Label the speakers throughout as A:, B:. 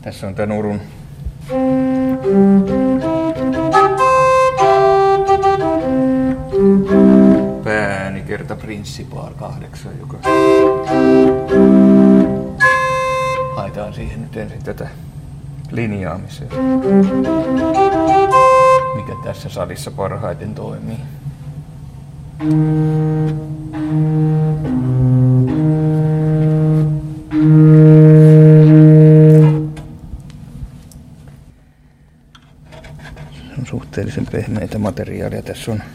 A: Tässä on tämän urun pääni kerta Principal 8, joka haetaan siihen nyt ensin tätä linjaamiseen, mikä tässä salissa parhaiten toimii. Se on suhteellisen pehmeitä materiaalia. Tässä on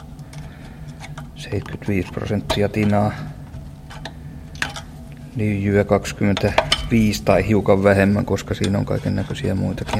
A: 75% tinaa, lyijyä 25 tai hiukan vähemmän, koska siinä on kaiken näköisiä muitakin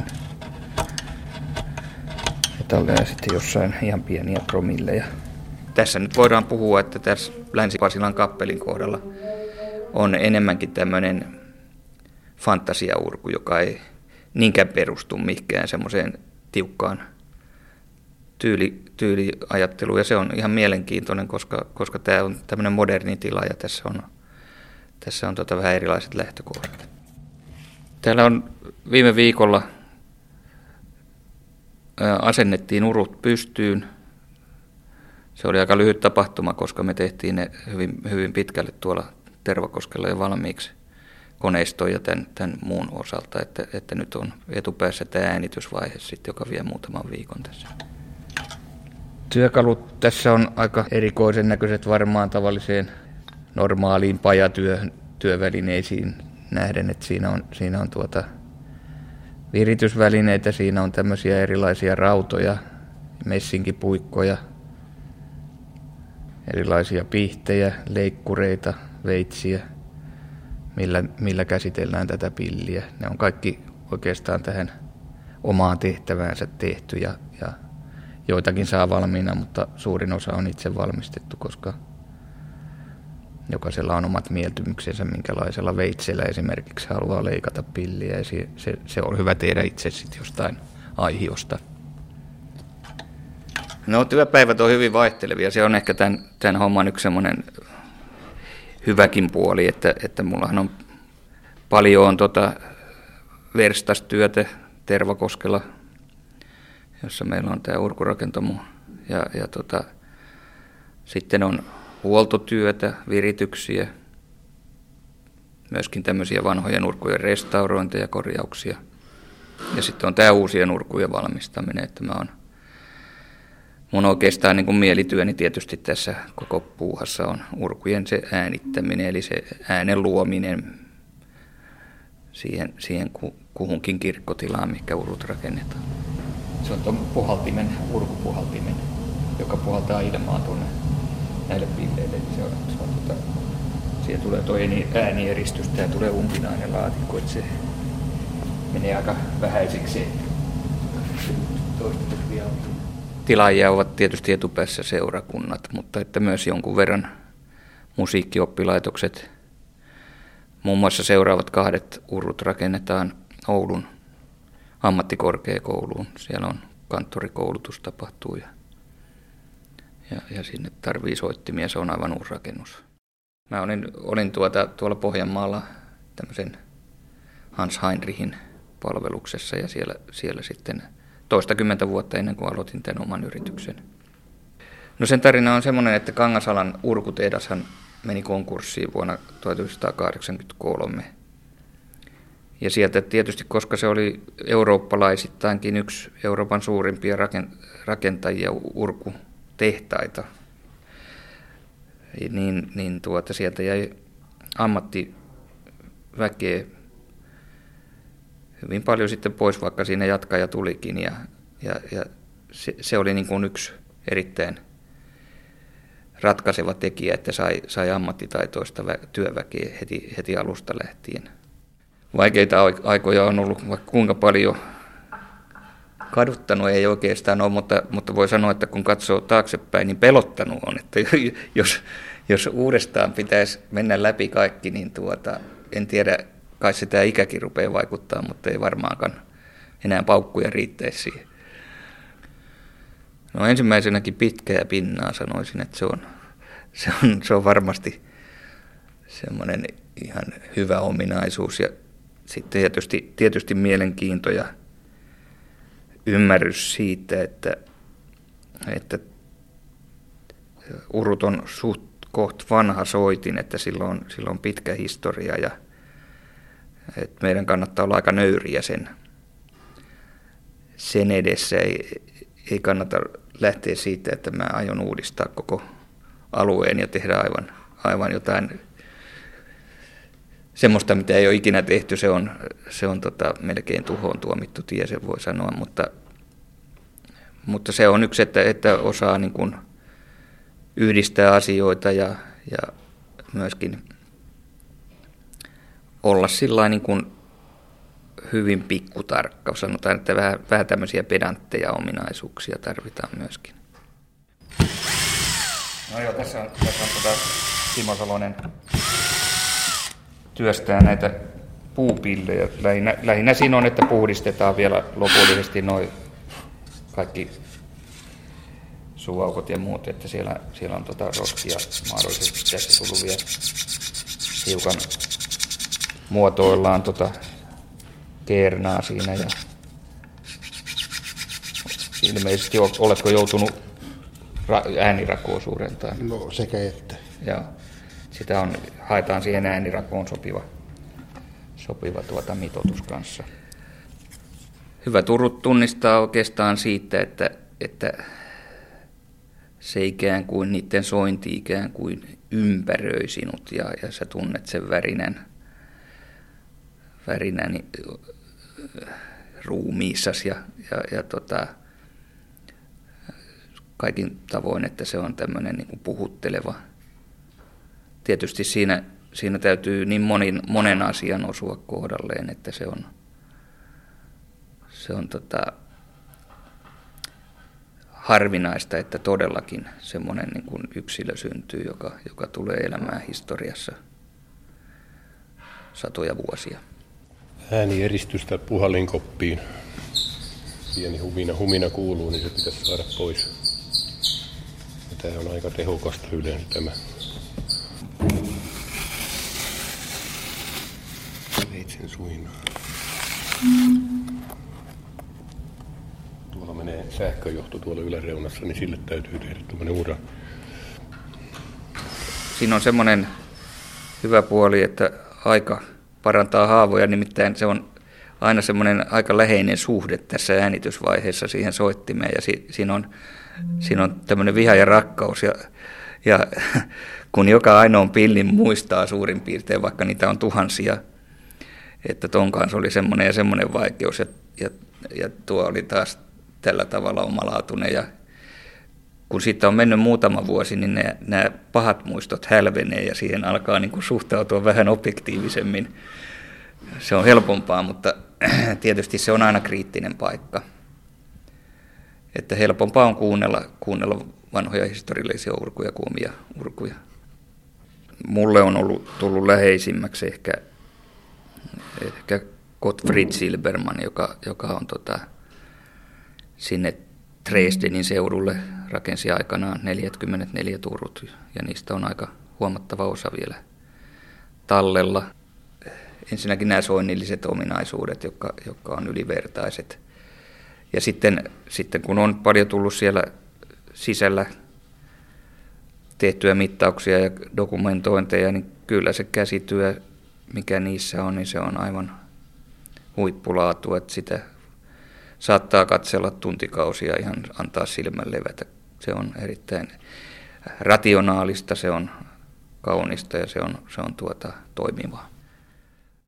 A: metalleja ja sitten jossain ihan pieniä promilleja. Tässä nyt voidaan puhua, että tässä Länsi-Pasilan kappelin kohdalla on enemmänkin tämmöinen fantasiaurku, joka ei niinkään perustu mihinkään semmoiseen tiukkaan tyyliajatteluun. Ja se on ihan mielenkiintoinen, koska tämä on tämmöinen moderni tila ja tässä on vähän erilaiset lähtökohdat. Täällä on viime viikolla asennettiin urut pystyyn. Se oli aika lyhyt tapahtuma, koska me tehtiin ne hyvin pitkälle tuolla Tervakoskella jo valmiiksi koneistoon ja tämän muun osalta, että nyt on etupäässä tämä äänitysvaihe sitten, joka vie muutaman viikon tässä. Työkalut tässä on aika erikoisen näköiset varmaan tavalliseen normaaliin pajatyövälineisiin nähden, että siinä on viritysvälineitä, siinä on tämmöisiä erilaisia rautoja, messinkipuikkoja, erilaisia pihtejä, leikkureita, veitsiä, millä käsitellään tätä pilliä. Ne on kaikki oikeastaan tähän omaan tehtäväänsä tehty ja joitakin saa valmiina, mutta suurin osa on itse valmistettu, koska jokaisella on omat mieltymyksensä, minkälaisella veitsellä esimerkiksi haluaa leikata pilliä. Ja se on hyvä tehdä itse sitten jostain aihiosta. No, työpäivät on hyvin vaihtelevia. Se on ehkä tämän homman yksi semmoinen hyväkin puoli, että mullahan on paljon verstastyötä Tervakoskella, jossa meillä on tämä urkurakentamo. Ja sitten on huoltotyötä, virityksiä, myöskin tämmöisiä vanhojen urkujen restaurointeja ja korjauksia. Ja sitten on tämä uusien urkujen valmistaminen, että mun oikeastaan niin kuin mielityöni tietysti tässä koko puuhassa on urkujen se äänittäminen, eli se äänen luominen siihen kuhunkin kirkkotilaan, mikä urut rakennetaan. Se on tuon urkupuhaltimen, joka puhaltaa ilmaa tuonne näille pilleille. Siihen tulee tuo äänieristys, tämä tulee umpinainen laatikko, että se menee aika vähäisiksi. Tilaajia ovat tietysti etupäässä seurakunnat, mutta että myös jonkun verran musiikkioppilaitokset. Muun muassa seuraavat 2 urut rakennetaan Oulun ammattikorkeakouluun. Siellä on kanttorikoulutus tapahtuu ja sinne tarvii soittimia. Se on aivan uusi rakennus. Mä olin tuolla Pohjanmaalla tämmöisen Hans Heinrichin palveluksessa ja siellä sitten toistakymmentä vuotta ennen kuin aloitin tämän oman yrityksen. No, sen tarina on semmoinen, että Kangasalan urkutehdashan meni konkurssiin vuonna 1983. Ja sieltä tietysti, koska se oli eurooppalaisittainkin yksi Euroopan suurimpia rakentajia urkutehtaita, niin sieltä jäi ammattiväkeä hyvin paljon sitten pois, vaikka siinä jatkaja tulikin. Ja se oli niin kuin yksi erittäin ratkaiseva tekijä, että sai ammattitaitoista työväkeä heti alusta lähtien. Vaikeita aikoja on ollut vaikka kuinka paljon. Kaduttanut ei oikeastaan ole, mutta voi sanoa, että kun katsoo taaksepäin, niin pelottanut on. Että jos uudestaan pitäisi mennä läpi kaikki, niin en tiedä, kai se tämä ikäkin rupeaa vaikuttaa, mutta ei varmaankaan enää paukkuja riittäisi siihen. No, ensimmäisenäkin pitkää pinnaa sanoisin, että se on varmasti semmoinen ihan hyvä ominaisuus. Ja sitten tietysti mielenkiinto ja ymmärrys siitä, että urut on suht koht vanha soitin, että sillä on pitkä historia ja että meidän kannattaa olla aika nöyriä sen edessä. Ei kannata lähteä siitä, että mä aion uudistaa koko alueen ja tehdä aivan jotain semmoista, mitä ei ole ikinä tehty. Se on melkein tuhoon tuomittu tie, sen voi sanoa, mutta se on yksi, että osaa niin kuin yhdistää asioita ja myöskin olla sillain niin kuin hyvin pikkutarkka. Sanotaan, että vähän tämmöisiä pedantteja ominaisuuksia tarvitaan myöskin. No joo, tässä on Timo Salonen työstää näitä puupillejä. Lähinnä siinä on, että puhdistetaan vielä lopullisesti noi kaikki suuaukot ja muut, että siellä on roskia mahdollisesti tästä tullut vielä hiukan muotoillaan keernaa siinä ja ilmeisesti oletko joutunut äänirakoon suurentaan?
B: No sekä että.
A: Ja sitä haetaan siihen äänirakoon sopiva mitoitus kanssa. Hyvä turut tunnistaa oikeastaan siitä, että se ikään kuin niiden sointi ikään kuin ympäröi sinut ja sä tunnet sen värinän ruumiissasi ja kaikin tavoin, että se on tämmöinen niin kuin puhutteleva. Tietysti siinä täytyy niin monen asian osua kohdalleen, että se on harvinaista, että todellakin semmoinen niin kuin yksilö syntyy, joka tulee elämään historiassa satoja vuosia.
B: Äänieristystä puhallinkoppiin. Pieni humina kuuluu, niin se pitäisi saada pois. Ja tämä on aika tehokasta yleensä tämä. Veitsen suinaa. Tuolla menee sähköjohto tuolla yläreunassa, niin sille täytyy tehdä tämmöinen ura.
A: Siinä on semmoinen hyvä puoli, että aika parantaa haavoja, nimittäin se on aina semmoinen aika läheinen suhde tässä äänitysvaiheessa siihen soittimeen ja siinä on tämmöinen viha ja rakkaus ja kun joka ainoan pillin muistaa suurin piirtein, vaikka niitä on tuhansia, että ton kanssa oli semmoinen ja semmoinen vaikeus ja tuo oli taas tällä tavalla omalaatuinen ja kun siitä on mennyt muutama vuosi, niin nämä pahat muistot hälvenee ja siihen alkaa niin kuin suhtautua vähän objektiivisemmin. Se on helpompaa, mutta tietysti se on aina kriittinen paikka. Että helpompaa on kuunnella vanhoja historiallisia urkuja, kuumia urkuja. Mulle on tullut läheisimmäksi ehkä Gottfried Silbermann, joka on sinne Dresdenin seudulle rakensi aikanaan 44 turut ja niistä on aika huomattava osa vielä tallella. Ensinnäkin nämä soinnilliset ominaisuudet, jotka on ylivertaiset. Ja sitten kun on paljon tullut siellä sisällä tehtyjä mittauksia ja dokumentointeja, niin kyllä se käsityö, mikä niissä on, niin se on aivan huippulaatu, että sitä saattaa katsella tuntikausia ja ihan antaa silmän levätä. Se on erittäin rationaalista, se on kaunista ja se on toimivaa.